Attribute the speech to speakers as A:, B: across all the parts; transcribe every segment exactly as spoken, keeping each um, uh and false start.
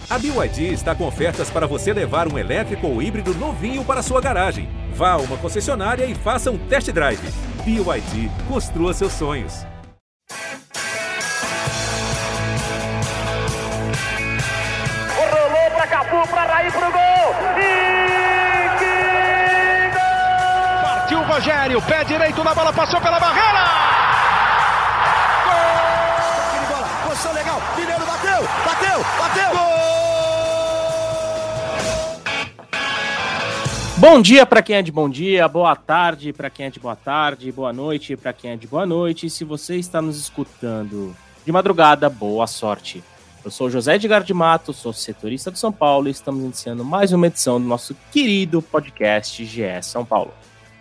A: A B Y D está com ofertas para você levar um elétrico ou híbrido novinho para sua garagem. Vá a uma concessionária e faça um test drive. B Y D, construa seus sonhos.
B: Rolou para Cafu, para Raí, pro gol! E que gol!
C: Partiu o Rogério, pé direito na bola, passou pela barreira!
D: Posição legal, Mineiro bateu, bateu, bateu, gol!
E: Bom dia para quem é de bom dia, boa tarde para quem é de boa tarde, boa noite para quem é de boa noite. E se você está nos escutando de madrugada, boa sorte. Eu sou José Edgar de Mato, sou setorista do São Paulo e estamos iniciando mais uma edição do nosso querido podcast G E São Paulo.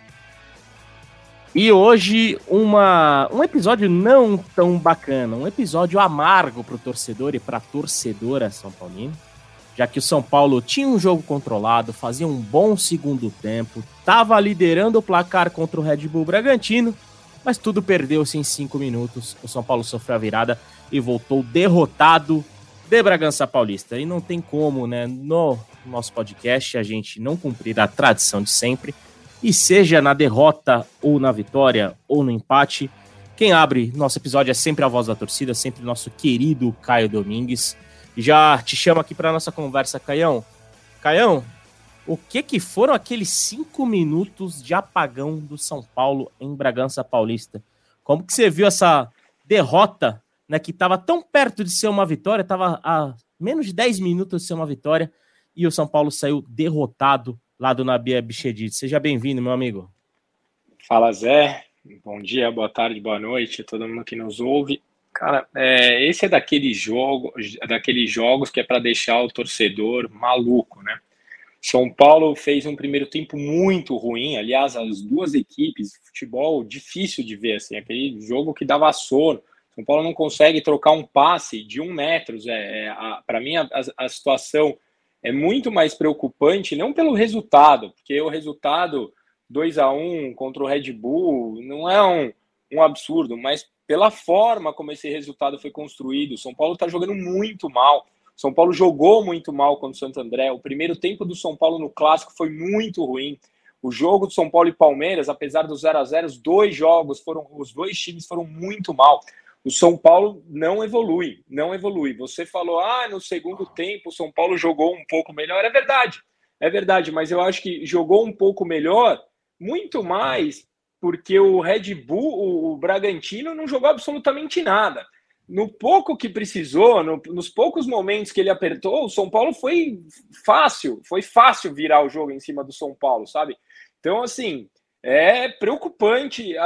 E: E hoje, uma, um episódio não tão bacana, um episódio amargo para o torcedor e para a torcedora São Paulino, já que o São Paulo tinha um jogo controlado, fazia um bom segundo tempo, estava liderando o placar contra o Red Bull Bragantino, mas tudo perdeu-se em cinco minutos, o São Paulo sofreu a virada e voltou derrotado de Bragança Paulista. E não tem como, né, no nosso podcast, a gente não cumprir a tradição de sempre. E seja na derrota, ou na vitória, ou no empate, quem abre nosso episódio é sempre a voz da torcida, sempre nosso querido Caio Domingues. Já te chamo aqui para nossa conversa, Caião. Caião, o que que foram aqueles cinco minutos de apagão do São Paulo em Bragança Paulista? Como que você viu essa derrota, né, que estava tão perto de ser uma vitória, estava a menos de dez minutos de ser uma vitória, e o São Paulo saiu derrotado lá do Nabi Abichedid. Seja bem-vindo, meu amigo.
F: Fala, Zé. Bom dia, boa tarde, boa noite a todo mundo que nos ouve. Cara, é, esse é daqueles jogo, daqueles jogos que é para deixar o torcedor maluco, né? São Paulo fez um primeiro tempo muito ruim. Aliás, as duas equipes, futebol difícil de ver, assim, aquele jogo que dava sono. São Paulo não consegue trocar um passe de um metro, Zé. É, para mim, a, a situação é muito mais preocupante, não pelo resultado, porque o resultado dois a um contra o Red Bull não é um, um absurdo, mas pela forma como esse resultado foi construído. O São Paulo está jogando muito mal. O São Paulo jogou muito mal contra o Santo André. O primeiro tempo do São Paulo no Clássico foi muito ruim. O jogo do São Paulo e Palmeiras, apesar do zero a zero, os dois jogos foram, os dois times foram muito mal. O São Paulo não evolui, não evolui. Você falou, ah, no segundo tempo o São Paulo jogou um pouco melhor. É verdade, é verdade, mas eu acho que jogou um pouco melhor, muito mais porque o Red Bull, o Bragantino, não jogou absolutamente nada. No pouco que precisou, no, nos poucos momentos que ele apertou, o São Paulo foi fácil, foi fácil virar o jogo em cima do São Paulo, sabe? Então, assim, é preocupante.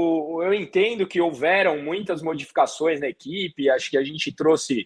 F: Eu entendo que houveram muitas modificações na equipe, acho que a gente trouxe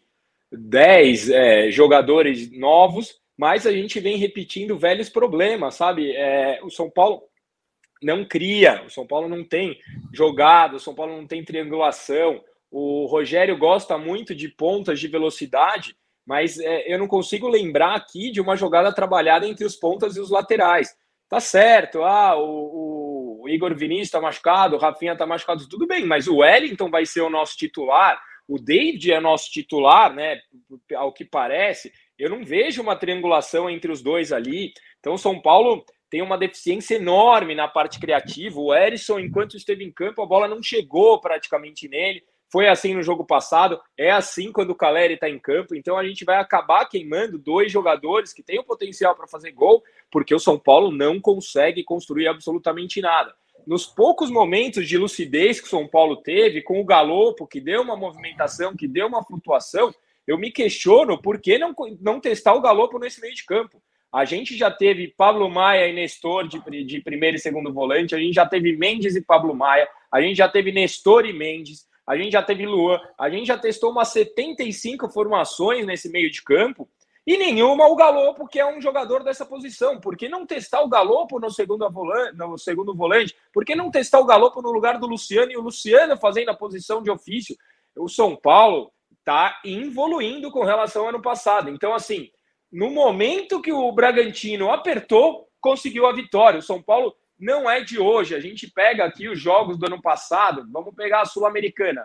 F: dez é, jogadores novos, mas a gente vem repetindo velhos problemas, sabe? É, o São Paulo não cria, o São Paulo não tem jogada, o São Paulo não tem triangulação. O Rogério gosta muito de pontas de velocidade, mas é, eu não consigo lembrar aqui de uma jogada trabalhada entre os pontas e os laterais. Tá certo, ah, o, o Igor Vinícius tá machucado, o Rafinha tá machucado, tudo bem, mas o Wellington vai ser o nosso titular, o David é nosso titular, né, ao que parece. Eu não vejo uma triangulação entre os dois ali. Então o São Paulo tem uma deficiência enorme na parte criativa. O Erisson, enquanto esteve em campo, a bola não chegou praticamente nele. Foi assim no jogo passado, é assim quando o Caleri está em campo. Então a gente vai acabar queimando dois jogadores que têm o potencial para fazer gol, porque o São Paulo não consegue construir absolutamente nada. Nos poucos momentos de lucidez que o São Paulo teve, com o Galopo, que deu uma movimentação, que deu uma flutuação, eu me questiono por que não, não testar o Galopo nesse meio de campo. A gente já teve Pablo Maia e Nestor de, de primeiro e segundo volante, a gente já teve Mendes e Pablo Maia, a gente já teve Nestor e Mendes, a gente já teve Luan, a gente já testou umas setenta e cinco formações nesse meio de campo e nenhuma o Galopo, que é um jogador dessa posição. Por que não testar o Galopo no segundo volante? No segundo volante? Por que não testar o Galopo no lugar do Luciano e o Luciano fazendo a posição de ofício? O São Paulo está evoluindo com relação ao ano passado. Então, assim, no momento que o Bragantino apertou, conseguiu a vitória. O São Paulo não é de hoje. A gente pega aqui os jogos do ano passado, vamos pegar a Sul-Americana.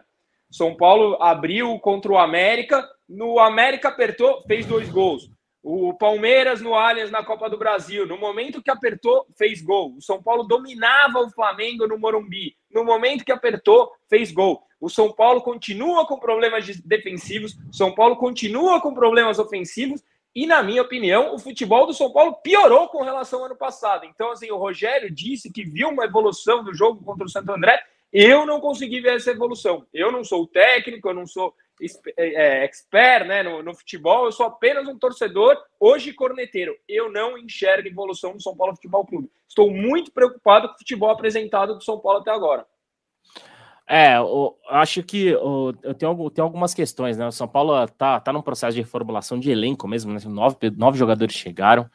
F: São Paulo abriu contra o América, no América apertou, fez dois gols. O Palmeiras no Allianz na Copa do Brasil, no momento que apertou, fez gol. O São Paulo dominava o Flamengo no Morumbi. No momento que apertou, fez gol. O São Paulo continua com problemas defensivos, o São Paulo continua com problemas ofensivos e, na minha opinião, o futebol do São Paulo piorou com relação ao ano passado. Então, assim, o Rogério disse que viu uma evolução do jogo contra o Santo André. Eu não consegui ver essa evolução. Eu não sou técnico, eu não sou é, expert, né, no, no futebol, eu sou apenas um torcedor, hoje corneteiro. Eu não enxergo evolução no São Paulo Futebol Clube. Estou muito preocupado com o futebol apresentado do São Paulo até agora.
E: É, eu acho que eu, eu tenho, tenho algumas questões, né? O São Paulo tá, tá num processo de reformulação de elenco mesmo, né? Nove, nove jogadores chegaram.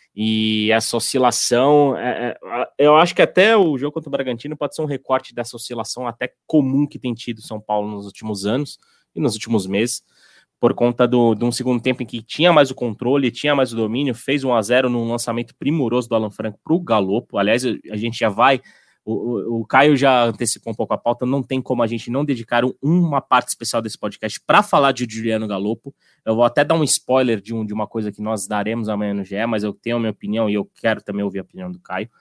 E: E essa oscilação, é, é, eu acho que até o jogo contra o Bragantino pode ser um recorte dessa oscilação até comum que tem tido São Paulo nos últimos anos e nos últimos meses, por conta do, de um segundo tempo em que tinha mais o controle, tinha mais o domínio, fez um a zero num lançamento primoroso do Alan Franco para o Galopo. Aliás, a gente já vai, o, o, o Caio já antecipou um pouco a pauta, não tem como a gente não dedicar uma parte especial desse podcast para falar de Juliano Galopo. Eu vou até dar um spoiler de, um, de uma coisa que nós daremos amanhã no G E, mas eu tenho a minha opinião e eu quero também ouvir a opinião do Caio.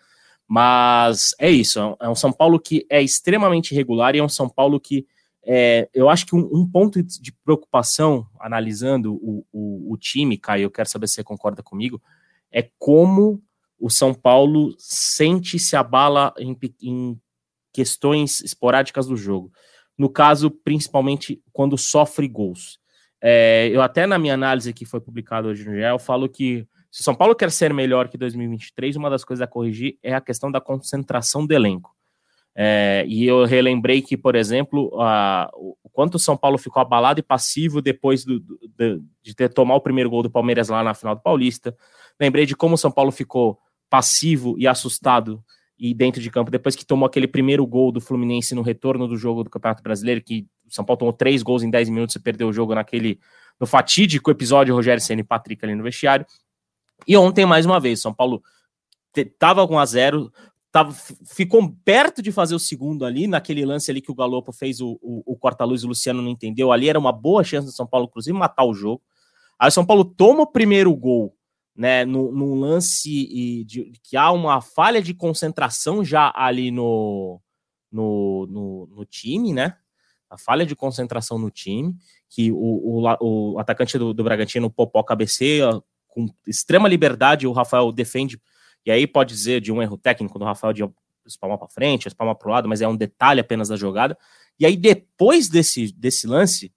E: Mas é isso, é um São Paulo que é extremamente irregular e é um São Paulo que é, eu acho que um, um ponto de preocupação, analisando o, o, o time, Caio, eu quero saber se você concorda comigo, é como o São Paulo sente e se abala em, em questões esporádicas do jogo. No caso, principalmente quando sofre gols. É, eu até na minha análise que foi publicada hoje no G E, eu falo que se o São Paulo quer ser melhor que dois mil e vinte e três, uma das coisas a corrigir é a questão da concentração do elenco. É, e eu relembrei que, por exemplo, a, o quanto o São Paulo ficou abalado e passivo depois do, do, de, de ter tomado o primeiro gol do Palmeiras lá na final do Paulista. Lembrei de como o São Paulo ficou passivo e assustado e dentro de campo depois que tomou aquele primeiro gol do Fluminense no retorno do jogo do Campeonato Brasileiro, que o São Paulo tomou três gols em dez minutos e perdeu o jogo naquele, no fatídico episódio Rogério Ceni e Patrick ali no vestiário. E ontem, mais uma vez, São Paulo estava com um a zero, tava, ficou perto de fazer o segundo ali, naquele lance ali que o Galopo fez o, o, o corta-luz e o Luciano não entendeu. Ali era uma boa chance do São Paulo, inclusive, matar o jogo. Aí o São Paulo toma o primeiro gol, né, num, num lance e de, que há uma falha de concentração já ali no, no, no, no time, né? A falha de concentração no time, que o, o, o atacante do, do Bragantino, o Popó, cabeceia com extrema liberdade, o Rafael defende, e aí pode dizer de um erro técnico do Rafael de espalmar para frente, espalmar para o lado, mas é um detalhe apenas da jogada. E aí depois desse, desse lance,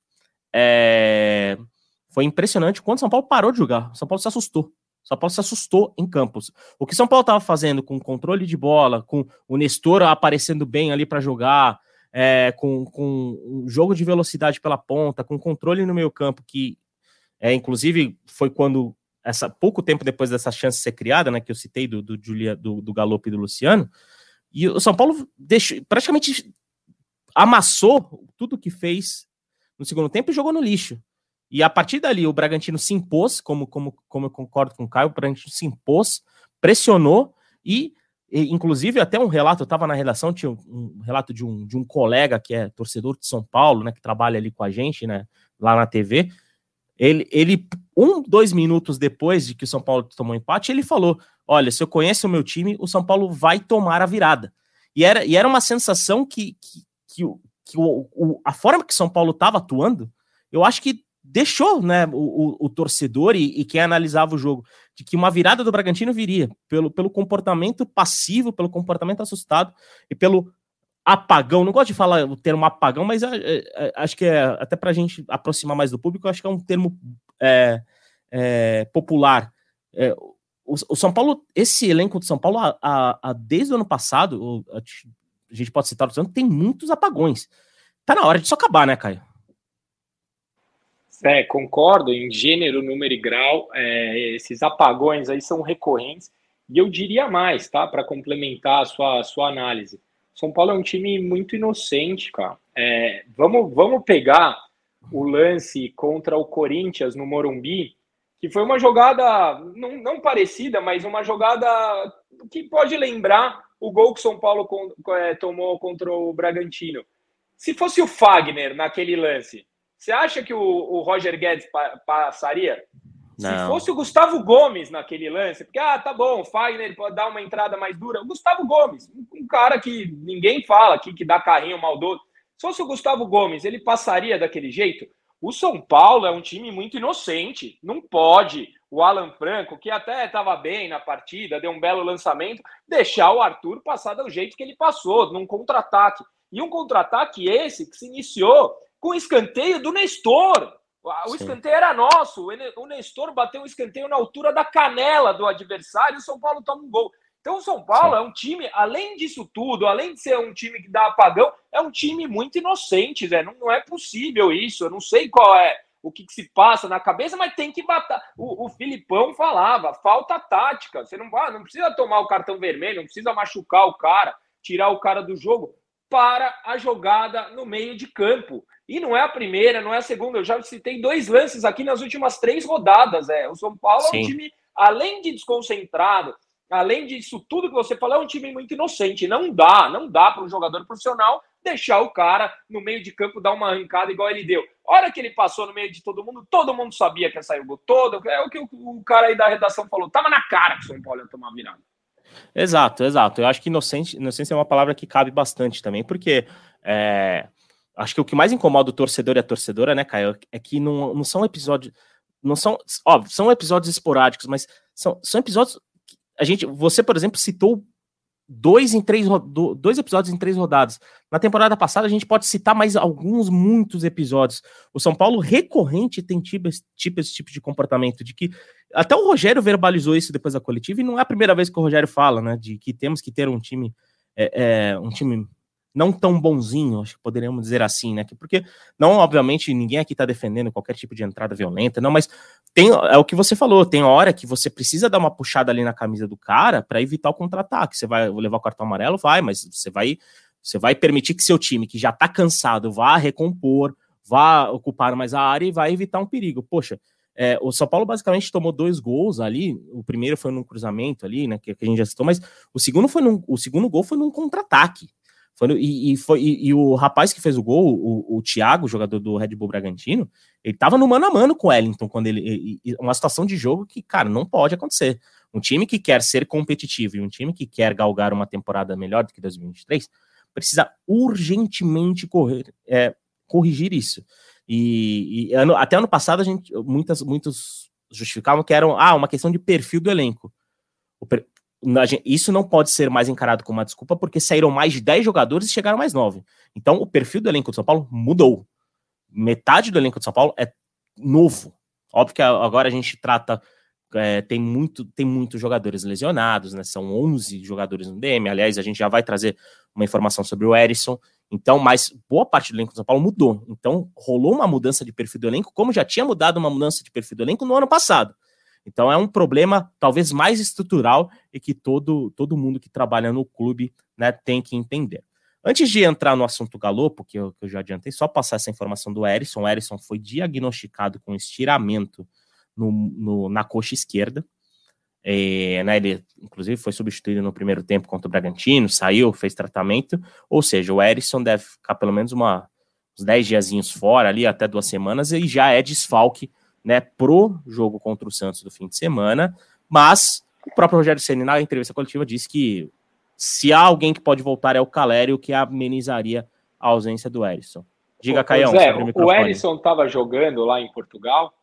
E: é, foi impressionante quando o São Paulo parou de jogar. O São Paulo se assustou. O São Paulo se assustou em campos. O que o São Paulo estava fazendo com controle de bola, com o Nestor aparecendo bem ali para jogar, é, com, com um jogo de velocidade pela ponta, com controle no meio campo, que é, inclusive foi quando, essa, pouco tempo depois dessa chance ser criada, né, que eu citei do, do, Julia, do, do Galopo e do Luciano, e o São Paulo deixou, praticamente amassou tudo que fez no segundo tempo e jogou no lixo. E a partir dali, o Bragantino se impôs, como, como, como eu concordo com o Caio, o Bragantino se impôs, pressionou e, e inclusive, até um relato, eu estava na redação, tinha um, um relato de um, de um colega que é torcedor de São Paulo, né, que trabalha ali com a gente, né, lá na T V, ele, ele, um, dois minutos depois de que o São Paulo tomou um empate, ele falou, olha, se eu conheço o meu time, o São Paulo vai tomar a virada. E era, e era uma sensação que, que, que, o, que o, o, a forma que o São Paulo estava atuando, eu acho que deixou, né, o, o, o torcedor e, e quem analisava o jogo, de que uma virada do Bragantino viria, pelo, pelo comportamento passivo, pelo comportamento assustado e pelo apagão. Não gosto de falar o termo apagão, mas é, é, acho que é, até pra gente aproximar mais do público, acho que é um termo é, é, popular. É, o, o São Paulo, esse elenco do São Paulo, a, a, a, desde o ano passado, a, a gente pode citar, tem muitos apagões. Tá na hora disso acabar, né, Caio?
F: É, concordo, em gênero, número e grau, é, esses apagões aí são recorrentes, e eu diria mais, tá, para complementar a sua, a sua análise. São Paulo é um time muito inocente, cara. É, vamos, vamos pegar o lance contra o Corinthians no Morumbi, que foi uma jogada não, não parecida, mas uma jogada que pode lembrar o gol que o São Paulo com, é, tomou contra o Bragantino. Se fosse o Fagner naquele lance, você acha que o, o Roger Guedes pa, passaria?
E: Não.
F: Se fosse o Gustavo Gomes naquele lance, porque, ah, tá bom, o Fagner pode dar uma entrada mais dura. O Gustavo Gomes, um, um cara que ninguém fala aqui, que dá carrinho maldoso. Se fosse o Gustavo Gomes, ele passaria daquele jeito? O São Paulo é um time muito inocente. Não pode o Alan Franco, que até estava bem na partida, deu um belo lançamento, deixar o Arthur passar do jeito que ele passou, num contra-ataque. E um contra-ataque esse que se iniciou com o escanteio do Nestor. O Sim. escanteio era nosso. O Nestor bateu um escanteio na altura da canela do adversário e o São Paulo toma um gol. Então o São Paulo Sim. é um time, além disso tudo, além de ser um time que dá apagão, é um time muito inocente, Zé. Não, não é possível isso. Eu não sei qual é o que, que se passa na cabeça, mas tem que bater. O, o Filipão falava, falta tática. Você não, não precisa tomar o cartão vermelho, não precisa machucar o cara, tirar o cara do jogo. Para a jogada no meio de campo. E não é a primeira, não é a segunda. Eu já citei dois lances aqui nas últimas três rodadas. É. O São Paulo Sim. é um time, além de desconcentrado, além disso tudo que você falou, é um time muito inocente. Não dá, não dá para um jogador profissional deixar o cara no meio de campo dar uma arrancada igual ele deu. A hora que ele passou no meio de todo mundo, todo mundo sabia que ia sair o gol todo. É o que o cara aí da redação falou. Tava na cara que o São Paulo ia tomar virada.
E: Exato, exato. Eu acho que inocente, inocência é uma palavra que cabe bastante também, porque é, acho que o que mais incomoda o torcedor e a torcedora, né, Caio, é que não, não são episódios, não são, óbvio, são episódios esporádicos, mas são, são episódios que a gente, você, por exemplo, citou dois em três, dois episódios em três rodadas. Na temporada passada a gente pode citar mais alguns, muitos episódios. O São Paulo recorrente tem tipo, tipo esse tipo de comportamento, de que até o Rogério verbalizou isso depois da coletiva, e não é a primeira vez que o Rogério fala, né, de que temos que ter um time, é, é, um time não tão bonzinho, acho que poderíamos dizer assim, né, porque não, obviamente, ninguém aqui tá defendendo qualquer tipo de entrada violenta, não, mas tem, é o que você falou, tem hora que você precisa dar uma puxada ali na camisa do cara para evitar o contra-ataque. Você vai levar o cartão amarelo? Vai, mas você vai, você vai permitir que seu time, que já tá cansado, vá recompor, vá ocupar mais a área e vai evitar um perigo. Poxa, é, o São Paulo basicamente tomou dois gols ali, o primeiro foi num cruzamento ali, né, que, que a gente já citou, mas o segundo, foi num, o segundo gol foi num contra-ataque. Foi no, e, e, foi, e, e o rapaz que fez o gol, o, o Thiago, jogador do Red Bull Bragantino, ele tava no mano a mano com o Wellington, quando ele, e, uma situação de jogo que, cara, não pode acontecer. Um time que quer ser competitivo e um time que quer galgar uma temporada melhor do que dois mil e vinte e três, precisa urgentemente correr, é, corrigir isso. E, e ano, até ano passado, a gente, muitas, muitos justificavam que era ah, uma questão de perfil do elenco. O per, Isso não pode ser mais encarado como uma desculpa, porque saíram mais de dez jogadores e chegaram mais nove. Então, o perfil do elenco do São Paulo mudou. Metade do elenco do São Paulo é novo. Óbvio que agora a gente trata... É, tem, muito, tem muitos jogadores lesionados, né? São onze jogadores no D M. Aliás, a gente já vai trazer uma informação sobre o Erisson. Então, mas boa parte do elenco do São Paulo mudou. Então, rolou uma mudança de perfil do elenco, como já tinha mudado uma mudança de perfil do elenco no ano passado. Então é um problema talvez mais estrutural e que todo, todo mundo que trabalha no clube, né, tem que entender. Antes de entrar no assunto Galopo, que eu, que eu já adiantei, só passar essa informação do Erisson. O Erisson foi diagnosticado com estiramento no, no, na coxa esquerda. É, né, ele, inclusive, foi substituído no primeiro tempo contra o Bragantino, saiu, fez tratamento. Ou seja, o Erisson deve ficar pelo menos uma, uns dez diazinhos fora, ali, até duas semanas, e já é desfalque, né, pro jogo contra o Santos do fim de semana, mas o próprio Rogério Ceni na entrevista coletiva disse que se há alguém que pode voltar é o Calério, que amenizaria a ausência do Erisson. Diga, Caião.
F: Zé, o, o Erisson estava jogando lá em Portugal?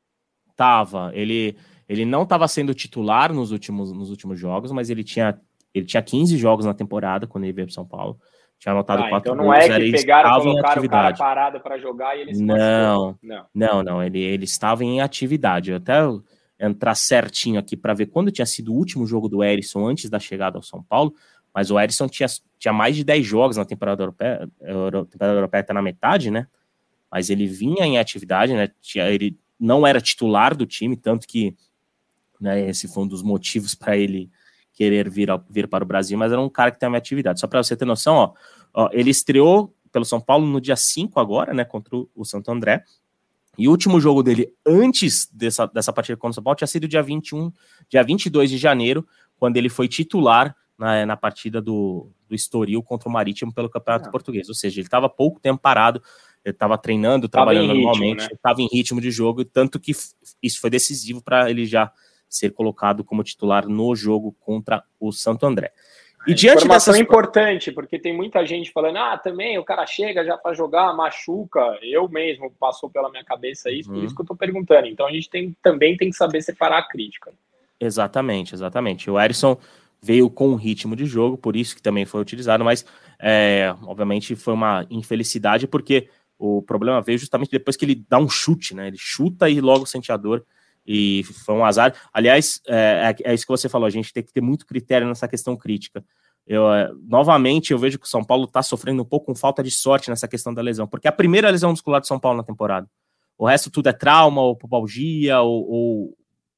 E: Tava, ele, ele não estava sendo titular nos últimos, nos últimos jogos, mas ele tinha, ele tinha quinze jogos na temporada quando ele veio para São Paulo. Tinha anotado
F: ah,
E: quatro
F: então não
E: gols,
F: é que pegaram e colocaram o cara parado para jogar e eles
E: não, não, não, não, ele, ele estava em atividade. Eu até entrar certinho aqui para ver quando tinha sido o último jogo do Erisson antes da chegada ao São Paulo, mas o Erisson tinha, tinha mais de dez jogos na temporada europeia, a temporada europeia está na metade, né? Mas ele vinha em atividade, né? Tinha, ele não era titular do time, tanto que, né, esse foi um dos motivos para ele querer vir, ao, vir para o Brasil, mas era um cara que tem uma atividade. Só para você ter noção, ó, ó, ele estreou pelo São Paulo no dia cinco agora, né, contra o, o Santo André, e o último jogo dele antes dessa, dessa partida contra o São Paulo tinha sido dia vinte e um, dia vinte e dois de janeiro, quando ele foi titular na, na partida do, do Estoril contra o Marítimo pelo Campeonato
F: Não.
E: Português. Ou seja, ele estava pouco tempo parado, ele estava treinando, trabalhando
F: ritmo,
E: normalmente,
F: né?
E: estava em ritmo de jogo, tanto que isso foi decisivo para ele já ser colocado como titular no jogo contra o Santo André. E diante
F: Informação
E: dessas...
F: importante, porque tem muita gente falando, ah, também o cara chega já para jogar, machuca. Eu mesmo, passou pela minha cabeça isso,
E: Uhum.
F: por isso que eu tô perguntando. Então a gente tem, também tem que saber separar a crítica.
E: Exatamente, exatamente. O Erisson veio com um ritmo de jogo, por isso que também foi utilizado, mas é, obviamente foi uma infelicidade, porque o problema veio justamente depois que ele dá um chute, né? Ele chuta e logo sente a dor, e foi um azar. Aliás, é, é isso que você falou, a gente tem que ter muito critério nessa questão crítica. Eu, é, novamente, eu vejo que o São Paulo está sofrendo um pouco com falta de sorte nessa questão da lesão, porque é a primeira lesão muscular do São Paulo na temporada. O resto tudo é trauma, ou pubalgia, ou, ou,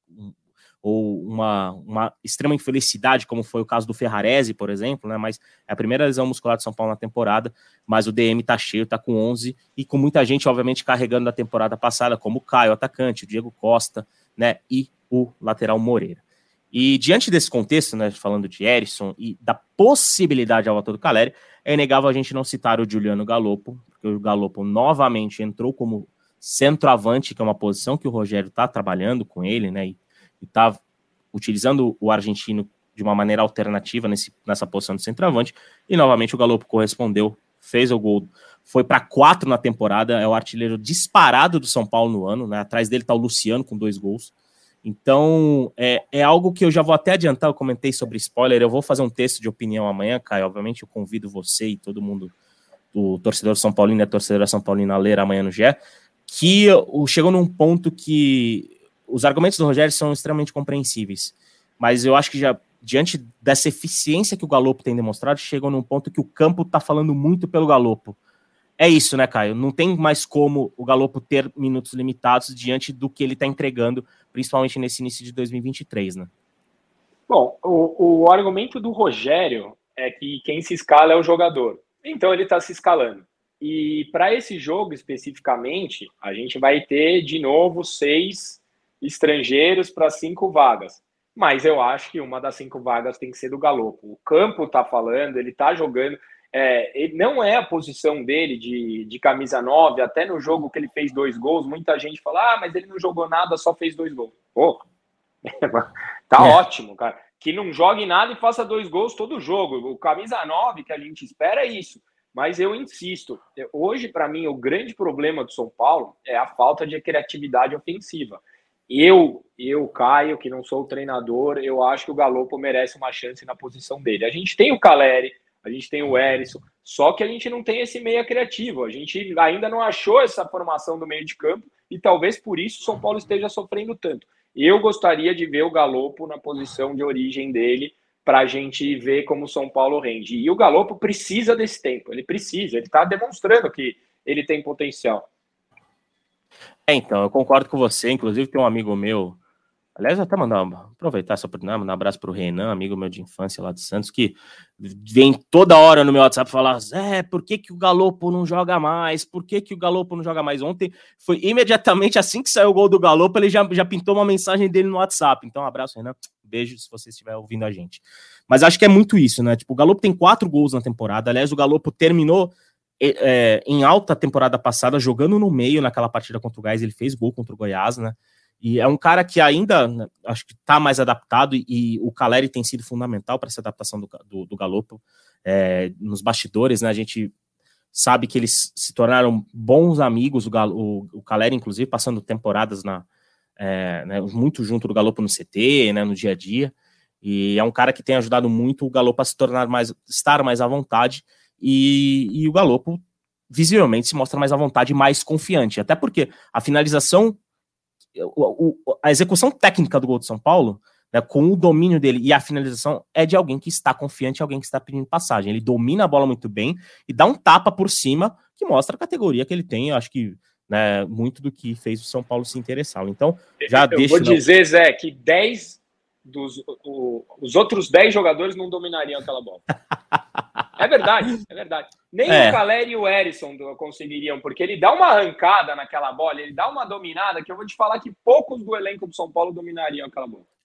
E: ou uma, uma extrema infelicidade, como foi o caso do Ferrarese, por exemplo, né? Mas é a primeira lesão muscular do São Paulo na temporada, mas o D M tá cheio, tá com onze, e com muita gente, obviamente, carregando da temporada passada, como o Caio, o atacante, o Diego Costa, né, e o lateral Moreira. E diante desse contexto, né, falando de Erisson e da possibilidade ao ator do Caleri, é inegável a gente não citar o Giuliano Galoppo, porque o Galoppo novamente entrou como centroavante, que é uma posição que o Rogério está trabalhando com ele, né, e está utilizando o argentino de uma maneira alternativa nesse, nessa posição de centroavante, e novamente o Galoppo correspondeu, fez o gol, foi para quatro na temporada, é o artilheiro disparado do São Paulo no ano, né? Atrás dele está o Luciano com dois gols. Então, é, é algo que eu já vou até adiantar, eu comentei sobre spoiler, eu vou fazer um texto de opinião amanhã, Caio, obviamente eu convido você e todo mundo, o torcedor São Paulino e a torcedora São Paulina a ler amanhã no G E, que chegou num ponto que os argumentos do Rogério são extremamente compreensíveis, mas eu acho que já, diante dessa eficiência que o Galoppo tem demonstrado, chegou num ponto que o campo está falando muito pelo Galoppo. É isso, né, Caio? Não tem mais como o Galoppo ter minutos limitados diante do que ele está entregando, principalmente nesse início de dois mil e vinte e três, né?
F: Bom, o, o argumento do Rogério é que quem se escala é o jogador. Então ele está se escalando. E para esse jogo especificamente, a gente vai ter de novo seis estrangeiros para cinco vagas. Mas eu acho que uma das cinco vagas tem que ser do Galoppo. O campo está falando, ele está jogando. É, ele não é a posição dele de, de camisa nove, até no jogo que ele fez dois gols, muita gente fala, ah, mas ele não jogou nada, só fez dois gols. Pô, tá é. ótimo, cara. Que não jogue nada e faça dois gols todo jogo. O camisa nove que a gente espera é isso. Mas eu insisto, hoje, para mim, o grande problema do São Paulo é a falta de criatividade ofensiva. Eu, eu, Caio, que não sou o treinador, eu acho que o Galoppo merece uma chance na posição dele. A gente tem o Caleri, a gente tem o Erisson, só que a gente não tem esse meia criativo. A gente ainda não achou essa formação do meio de campo e talvez por isso o São Paulo esteja sofrendo tanto. Eu gostaria de ver o Galoppo na posição de origem dele para a gente ver como o São Paulo rende. E o Galoppo precisa desse tempo, ele precisa, ele está demonstrando que ele tem potencial.
E: É, então, eu concordo com você, inclusive tem um amigo meu, aliás, até mandar, aproveitar essa oportunidade, mandar um abraço pro Renan, amigo meu de infância lá de Santos, que vem toda hora no meu WhatsApp falar, Zé, por que que o Galoppo não joga mais? Por que que o Galoppo não joga mais? Ontem, foi imediatamente assim que saiu o gol do Galoppo, ele já, já pintou uma mensagem dele no WhatsApp. Então, um abraço, Renan, beijo se você estiver ouvindo a gente. Mas acho que é muito isso, né? Tipo, o Galoppo tem quatro gols na temporada, aliás, o Galoppo terminou é, em alta temporada passada, jogando no meio naquela partida contra o Goiás, ele fez gol contra o Goiás, né? E é um cara que ainda, né, acho que está mais adaptado, e, e o Caleri tem sido fundamental para essa adaptação do, do, do Galoppo. É, nos bastidores, né, a gente sabe que eles se tornaram bons amigos, o, o, o Caleri, inclusive, passando temporadas na, é, né, muito junto do Galoppo no C T, né, no dia a dia, e é um cara que tem ajudado muito o Galoppo a se tornar mais, estar mais à vontade, e, e o Galoppo visivelmente se mostra mais à vontade e mais confiante, até porque a finalização, a execução técnica do gol de São Paulo, né, com o domínio dele e a finalização, é de alguém que está confiante, alguém que está pedindo passagem. Ele domina a bola muito bem e dá um tapa por cima que mostra a categoria que ele tem. Eu acho que, né, muito do que fez o São Paulo se interessar. Então, já
F: eu
E: deixo...
F: vou dizer, Zé, que dez dos o, os outros dez jogadores não dominariam aquela bola. É verdade, é verdade. Nem é. o Caleri e o Erisson conseguiriam, porque ele dá uma arrancada naquela bola, ele dá uma dominada, que eu vou te falar que poucos do elenco do São Paulo dominariam aquela bola.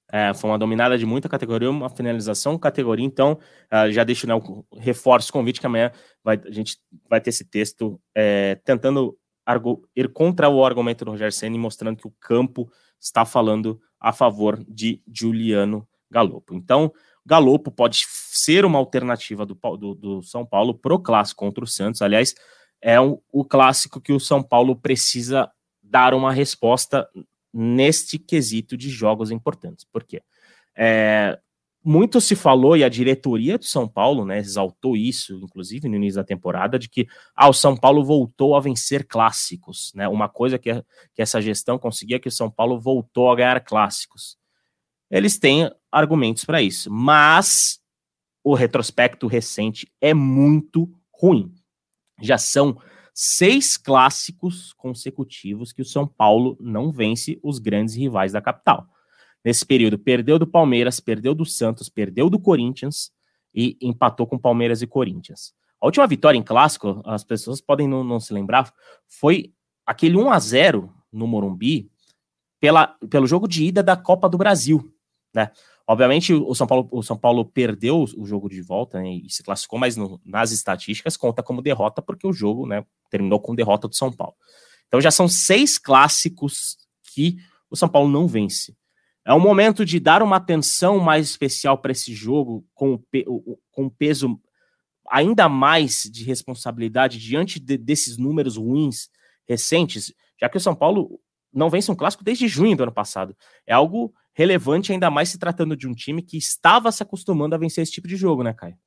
E: É, foi uma dominada de muita categoria, uma finalização categoria, então uh, já deixo, né, o reforço o convite que amanhã vai, a gente vai ter esse texto é, tentando argu- ir contra o argumento do Rogério Ceni, mostrando que o campo está falando a favor de Juliano Galopo. Então, Galopo pode ser uma alternativa do, do, do São Paulo pro clássico contra o Santos. Aliás, é um, o clássico que o São Paulo precisa dar uma resposta neste quesito de jogos importantes. Por quê? É, muito se falou, e a diretoria do São Paulo, né, exaltou isso, inclusive no início da temporada, de que ah, o São Paulo voltou a vencer clássicos. Né? Uma coisa que, que essa gestão conseguia, que o São Paulo voltou a ganhar clássicos. Eles têm argumentos para isso, mas o retrospecto recente é muito ruim. Já são seis clássicos consecutivos que o São Paulo não vence os grandes rivais da capital. Nesse período, perdeu do Palmeiras, perdeu do Santos, perdeu do Corinthians e empatou com Palmeiras e Corinthians. A última vitória em clássico, as pessoas podem não, não se lembrar, foi aquele um a zero no Morumbi pela, pelo jogo de ida da Copa do Brasil. Né? Obviamente o São Paulo, o São Paulo perdeu o jogo de volta, né, e se classificou, mas no, nas estatísticas conta como derrota, porque o jogo, né, terminou com derrota do São Paulo. Então já são seis clássicos que o São Paulo não vence. É um momento de dar uma atenção mais especial para esse jogo, com o, pe- com o peso ainda mais de responsabilidade diante de, desses números ruins recentes, já que o São Paulo não vence um clássico desde junho do ano passado. É algo relevante, ainda mais se tratando de um time que estava se acostumando a vencer esse tipo de jogo, né, Caio?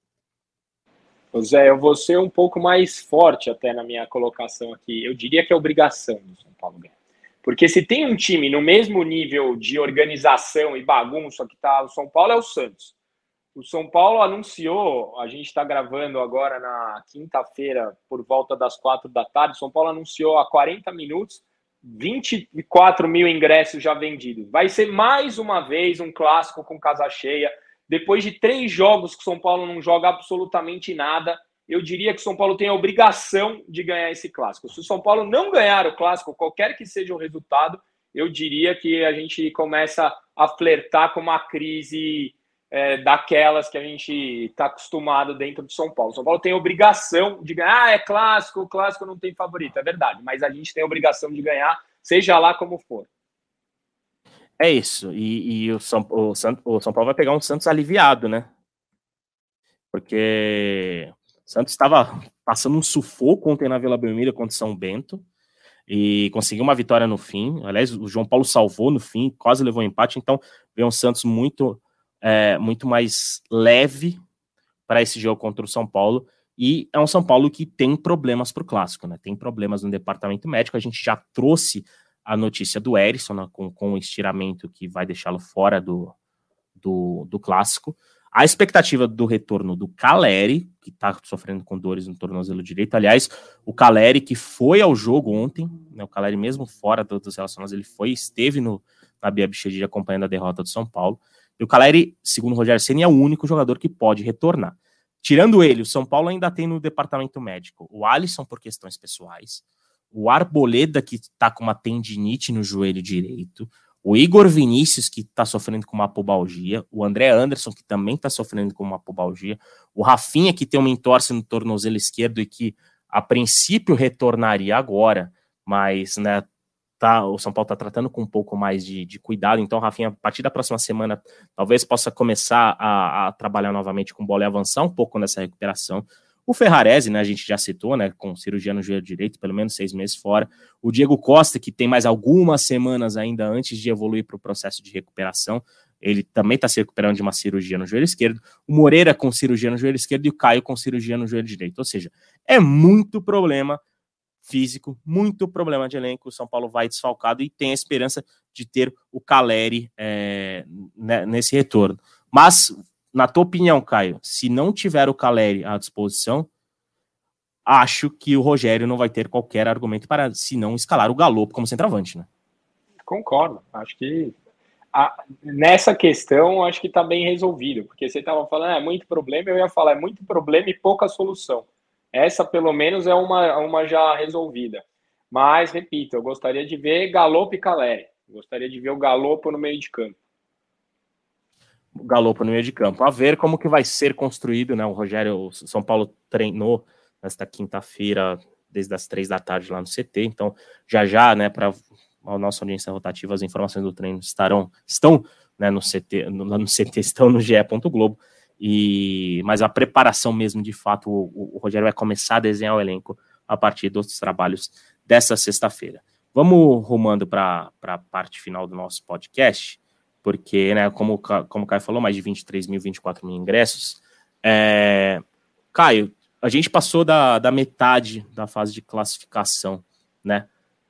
F: Zé, eu vou ser um pouco mais forte até na minha colocação aqui. Eu diria que é obrigação do São Paulo ganhar. Porque se tem um time no mesmo nível de organização e bagunça que está o São Paulo, é o Santos. O São Paulo anunciou, a gente está gravando agora na quinta-feira, por volta das quatro da tarde, o São Paulo anunciou há quarenta minutos vinte e quatro mil ingressos já vendidos. Vai ser mais uma vez um clássico com casa cheia. Depois de três jogos que o São Paulo não joga absolutamente nada, eu diria que o São Paulo tem a obrigação de ganhar esse clássico. Se o São Paulo não ganhar o clássico, qualquer que seja o resultado, eu diria que a gente começa a flertar com uma crise é, daquelas que a gente está acostumado dentro do São Paulo. O São Paulo tem a obrigação de ganhar. Ah, é clássico, o clássico não tem favorito. É verdade, mas a gente tem a obrigação de ganhar, seja lá como for.
E: É isso, e, e o, São, o, São, o São Paulo vai pegar um Santos aliviado, né? Porque o Santos estava passando um sufoco ontem na Vila Belmiro contra o São Bento e conseguiu uma vitória no fim. Aliás, o João Paulo salvou no fim, quase levou um empate, então veio um Santos muito, é, muito mais leve para esse jogo contra o São Paulo. E é um São Paulo que tem problemas para o clássico, né? Tem problemas no departamento médico. A gente já trouxe a notícia do Erisson, né, com, com o estiramento que vai deixá-lo fora do, do, do clássico. A expectativa do retorno do Caleri, que está sofrendo com dores no tornozelo direito. Aliás, o Caleri que foi ao jogo ontem, né, o Caleri mesmo fora do, dos relacionados, ele foi, esteve no, na Bia Bichedid acompanhando a derrota do São Paulo. E o Caleri, segundo o Rogério Ceni, é o único jogador que pode retornar. Tirando ele, o São Paulo ainda tem no departamento médico o Alisson por questões pessoais, o Arboleda, que está com uma tendinite no joelho direito, o Igor Vinícius, que está sofrendo com uma pubalgia, o André Anderson, que também está sofrendo com uma pubalgia, o Rafinha, que tem uma entorse no tornozelo esquerdo e que, a princípio, retornaria agora, mas, né, tá, o São Paulo está tratando com um pouco mais de, de cuidado, então, Rafinha, a partir da próxima semana, talvez possa começar a, a trabalhar novamente com bola e avançar um pouco nessa recuperação. O Ferrarese, né, a gente já citou, né, com cirurgia no joelho direito, pelo menos seis meses fora. O Diego Costa, que tem mais algumas semanas ainda antes de evoluir para o processo de recuperação, ele também está se recuperando de uma cirurgia no joelho esquerdo. O Moreira com cirurgia no joelho esquerdo e o Caio com cirurgia no joelho direito. Ou seja, é muito problema físico, muito problema de elenco. O São Paulo vai desfalcado e tem a esperança de ter o Caleri é, nesse retorno. Mas, na tua opinião, Caio, se não tiver o Caleri à disposição, acho que o Rogério não vai ter qualquer argumento para, se não, escalar o Galopo como centroavante, né?
F: Concordo. Acho que a, nessa questão, acho que está bem resolvido, porque você estava falando, ah, é muito problema, eu ia falar, é muito problema e pouca solução. Essa, pelo menos, é uma, uma já resolvida. Mas, repito, eu gostaria de ver Galopo e Caleri. Gostaria de ver o Galopo no meio de campo.
E: Galopo no meio de campo. A ver como que vai ser construído, né? O Rogério, o São Paulo treinou nesta quinta-feira, desde as três da tarde lá no C T, então já já, né, para a nossa audiência rotativa, as informações do treino estarão, estão, né, no C T, no, no C T, estão no G E ponto Globo, e, mas a preparação mesmo, de fato, o, o Rogério vai começar a desenhar o elenco a partir dos trabalhos dessa sexta-feira. Vamos rumando para a parte final do nosso podcast, porque, né, como, como o Caio falou, mais de vinte e três mil, vinte e quatro mil ingressos. É... Caio, a gente passou da, da metade da fase de classificação, né,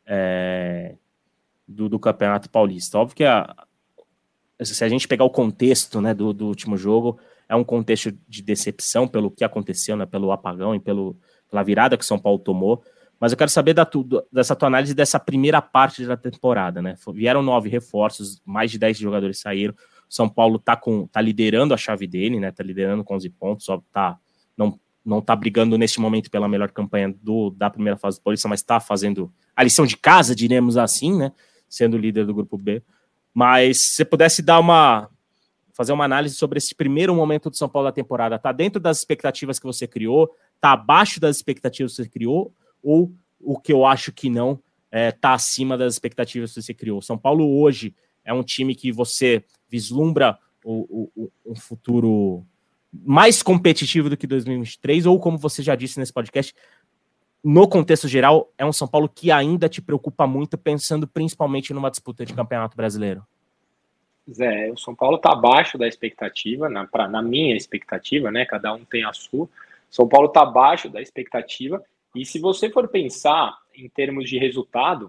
E: é... do, do Campeonato Paulista. Óbvio que a, se a gente pegar o contexto, né, do, do último jogo, é um contexto de decepção pelo que aconteceu, né, pelo apagão e pelo, pela virada que o São Paulo tomou. Mas eu quero saber da tu, dessa tua análise dessa primeira parte da temporada, né? Vieram nove reforços, mais de dez jogadores saíram. O São Paulo tá, com, tá liderando a chave dele, né? Tá liderando com onze pontos, só tá, não, não tá brigando neste momento pela melhor campanha do, da primeira fase do Paulista, mas tá fazendo a lição de casa, diremos assim, né? Sendo líder do grupo B. Mas se você pudesse dar uma, fazer uma análise sobre esse primeiro momento do São Paulo da temporada, tá dentro das expectativas que você criou? Tá abaixo das expectativas que você criou? Ou o que eu acho que não está é, acima das expectativas que você criou? São Paulo hoje é um time que você vislumbra o, o, um futuro mais competitivo do que dois mil e vinte e três, ou, como você já disse nesse podcast, no contexto geral, é um São Paulo que ainda te preocupa muito, pensando principalmente numa disputa de Campeonato Brasileiro?
F: Zé, o São Paulo está abaixo da expectativa, na, pra, na minha expectativa, né? Cada um tem a sua. São Paulo está abaixo da expectativa. E se você for pensar em termos de resultado,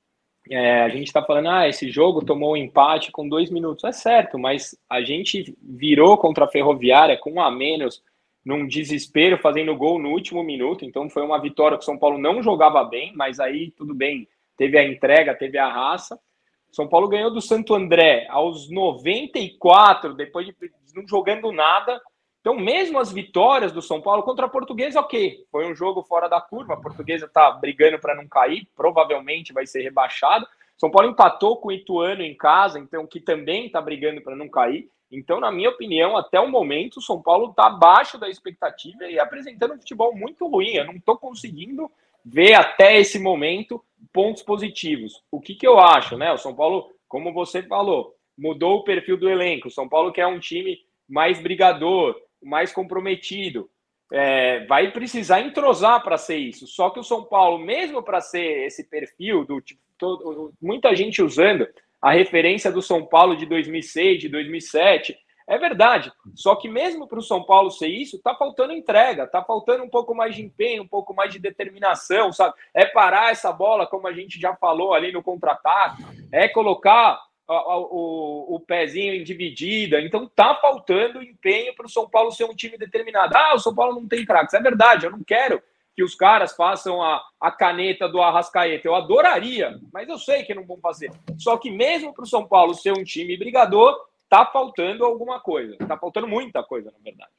F: é, a gente está falando, ah, esse jogo tomou um empate com dois minutos. É certo, mas a gente virou contra a Ferroviária com um a menos, num desespero, fazendo gol no último minuto. Então foi uma vitória que o São Paulo não jogava bem, mas aí tudo bem, teve a entrega, teve a raça. São Paulo ganhou do Santo André aos noventa e quatro, depois de não jogando nada. Então, mesmo as vitórias do São Paulo contra a Portuguesa, ok, foi um jogo fora da curva, a Portuguesa está brigando para não cair, provavelmente vai ser rebaixado. São Paulo empatou com o Ituano em casa, então que também está brigando para não cair. Então, na minha opinião, até o momento, o São Paulo está abaixo da expectativa e apresentando um futebol muito ruim. Eu não estou conseguindo ver até esse momento pontos positivos. O que, que eu acho, né? O São Paulo, como você falou, mudou o perfil do elenco. O São Paulo quer um time mais brigador, mais comprometido, é, vai precisar entrosar para ser isso. Só que o São Paulo, mesmo para ser esse perfil, do tipo, todo, muita gente usando a referência do São Paulo de dois mil e seis, de dois mil e sete, é verdade. Só que mesmo para o São Paulo ser isso, está faltando entrega, está faltando um pouco mais de empenho, um pouco mais de determinação, sabe? É parar essa bola, como a gente já falou ali no contra-ataque, é colocar O, o, o pezinho em dividida. Então tá faltando empenho para o São Paulo ser um time determinado. Ah, o São Paulo não tem craques. É verdade, eu não quero que os caras façam a, a caneta do Arrascaeta. Eu adoraria, mas eu sei que não vão fazer. Só que mesmo para o São Paulo ser um time brigador, tá faltando alguma coisa. Tá faltando muita coisa, na verdade.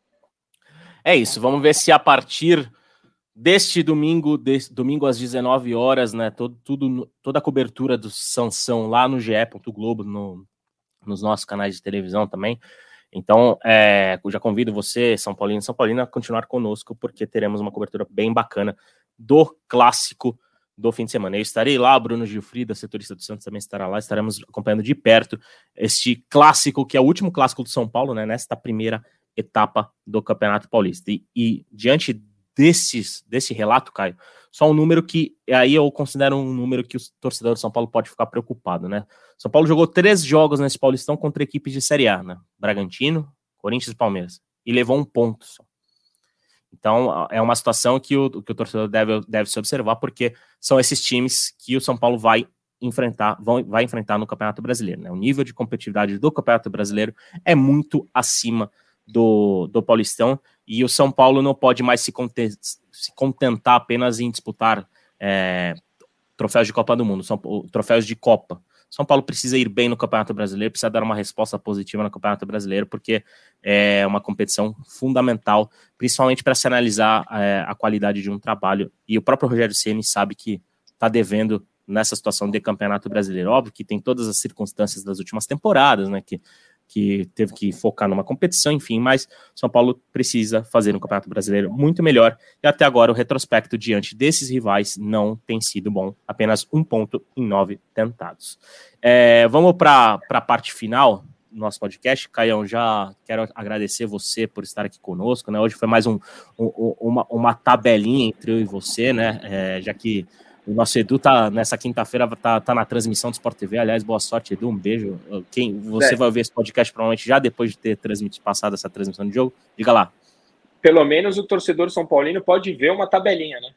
E: É isso, vamos ver se a partir deste domingo, desse, domingo às dezenove horas, né, todo, tudo, toda a cobertura do Sansão lá no G E ponto Globo, no, nos nossos canais de televisão também. Então, é, eu já convido você, São Paulino e São Paulina, a continuar conosco, porque teremos uma cobertura bem bacana do clássico do fim de semana. Eu estarei lá, Bruno Gilfrida, setorista do Santos, também estará lá, estaremos acompanhando de perto este clássico, que é o último clássico do São Paulo, né, nesta primeira etapa do Campeonato Paulista. E, e diante Desses, desse relato, Caio, só um número que, aí eu considero um número que o torcedor de São Paulo pode ficar preocupado, né? São Paulo jogou três jogos nesse Paulistão contra equipes de Série A, né? Bragantino, Corinthians e Palmeiras, e levou um ponto só. Então, é uma situação que o, que o torcedor deve, deve se observar, porque são esses times que o São Paulo vai enfrentar, vão, vai enfrentar no Campeonato Brasileiro, né? O nível de competitividade do Campeonato Brasileiro é muito acima Do, do Paulistão, e o São Paulo não pode mais se, conte- se contentar apenas em disputar é, troféus de Copa do Mundo, são, troféus de Copa. São Paulo precisa ir bem no Campeonato Brasileiro, precisa dar uma resposta positiva no Campeonato Brasileiro, porque é uma competição fundamental, principalmente para se analisar é, a qualidade de um trabalho, e o próprio Rogério Ceni sabe que está devendo nessa situação de Campeonato Brasileiro. Óbvio que tem todas as circunstâncias das últimas temporadas, né, que que teve que focar numa competição, enfim, mas São Paulo precisa fazer um Campeonato Brasileiro muito melhor, e até agora o retrospecto diante desses rivais não tem sido bom, apenas um ponto em nove tentados. É, vamos para a parte final do nosso podcast. Caião, já quero agradecer você por estar aqui conosco, né? Hoje foi mais um, um, uma, uma tabelinha entre eu e você, né? É, já que o nosso Edu tá nessa quinta-feira, tá, tá na transmissão do Sport T V. Aliás, boa sorte, Edu, um beijo. Quem, você é. vai ouvir esse podcast provavelmente já depois de ter transmitido, passado essa transmissão de jogo. Diga lá.
F: Pelo menos o torcedor São Paulino pode ver uma tabelinha, né?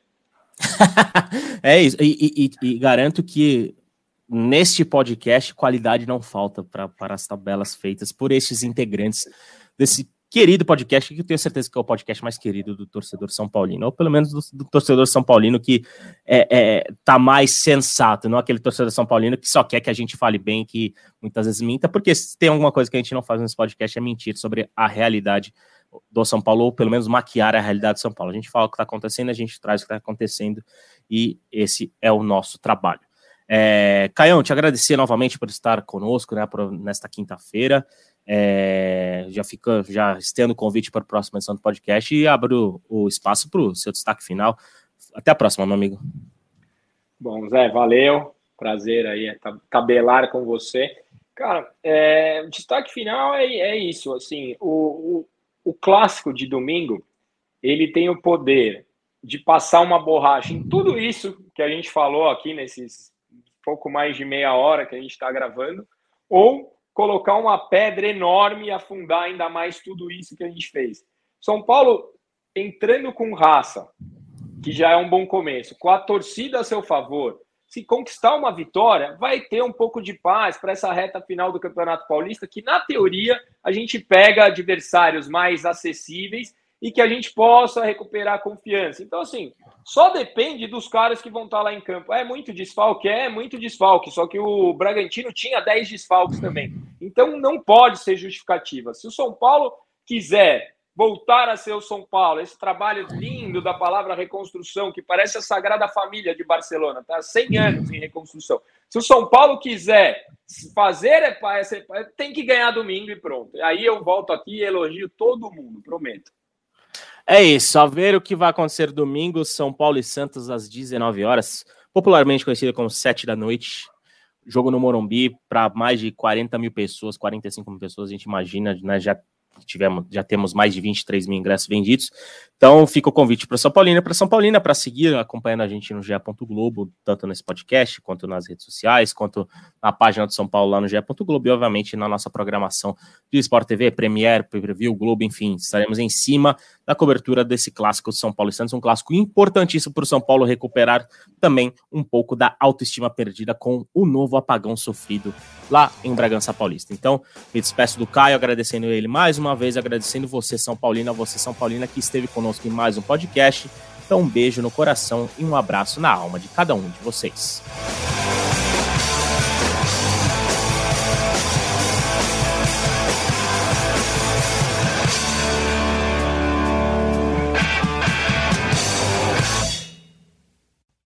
E: É isso, e, e, e garanto que neste podcast qualidade não falta pra, para as tabelas feitas por estes integrantes desse querido podcast, que eu tenho certeza que é o podcast mais querido do torcedor São Paulino, ou pelo menos do, do torcedor São Paulino que é, é, tá mais sensato, não aquele torcedor São Paulino que só quer que a gente fale bem, que muitas vezes minta, porque se tem alguma coisa que a gente não faz nesse podcast é mentir sobre a realidade do São Paulo, ou pelo menos maquiar a realidade do São Paulo. A gente fala o que está acontecendo, a gente traz o que está acontecendo, e esse é o nosso trabalho. É, Caião, te agradecer novamente por estar conosco, né, por, nesta quinta-feira. É, já fica, já estendo o convite para a próxima edição do podcast e abro o espaço para o seu destaque final. Até a próxima, meu amigo.
F: Bom, Zé, valeu. Prazer aí tabelar com você. Cara, é, o destaque final é, é isso. Assim, o, o, o clássico de domingo, ele tem o poder de passar uma borracha em tudo isso que a gente falou aqui nesses pouco mais de meia hora que a gente está gravando, ou colocar uma pedra enorme e afundar ainda mais tudo isso que a gente fez. São Paulo entrando com raça, que já é um bom começo, com a torcida a seu favor, se conquistar uma vitória, vai ter um pouco de paz para essa reta final do Campeonato Paulista, que na teoria a gente pega adversários mais acessíveis e que a gente possa recuperar a confiança. Então, assim, só depende dos caras que vão estar lá em campo. É muito desfalque? É muito desfalque, só que o Bragantino tinha dez desfalques também. Então, não pode ser justificativa. Se o São Paulo quiser voltar a ser o São Paulo, esse trabalho lindo da palavra reconstrução, que parece a Sagrada Família de Barcelona, tá? cem anos em reconstrução. Se o São Paulo quiser fazer, tem que ganhar domingo e pronto. Aí eu volto aqui e elogio todo mundo, prometo.
E: É isso, a ver o que vai acontecer domingo, São Paulo e Santos às dezenove horas, popularmente conhecida como sete da noite, jogo no Morumbi para mais de quarenta mil pessoas, quarenta e cinco mil pessoas, a gente imagina, né, já, tivemos, já temos mais de vinte e três mil ingressos vendidos, então fica o convite para São Paulino, para São Paulina, para seguir acompanhando a gente no G E. Globo, tanto nesse podcast, quanto nas redes sociais, quanto na página do São Paulo lá no G E. Globo, e obviamente na nossa programação de Sport T V, Premiere, Pay-Per-View, Globo, enfim, estaremos em cima da cobertura desse clássico de São Paulo e Santos, um clássico importantíssimo para o São Paulo recuperar também um pouco da autoestima perdida com o novo apagão sofrido lá em Bragança Paulista. Então, me despeço do Caio, agradecendo ele mais uma vez, agradecendo você, São Paulina, você, São Paulina, que esteve conosco em mais um podcast. Então, um beijo no coração e um abraço na alma de cada um de vocês.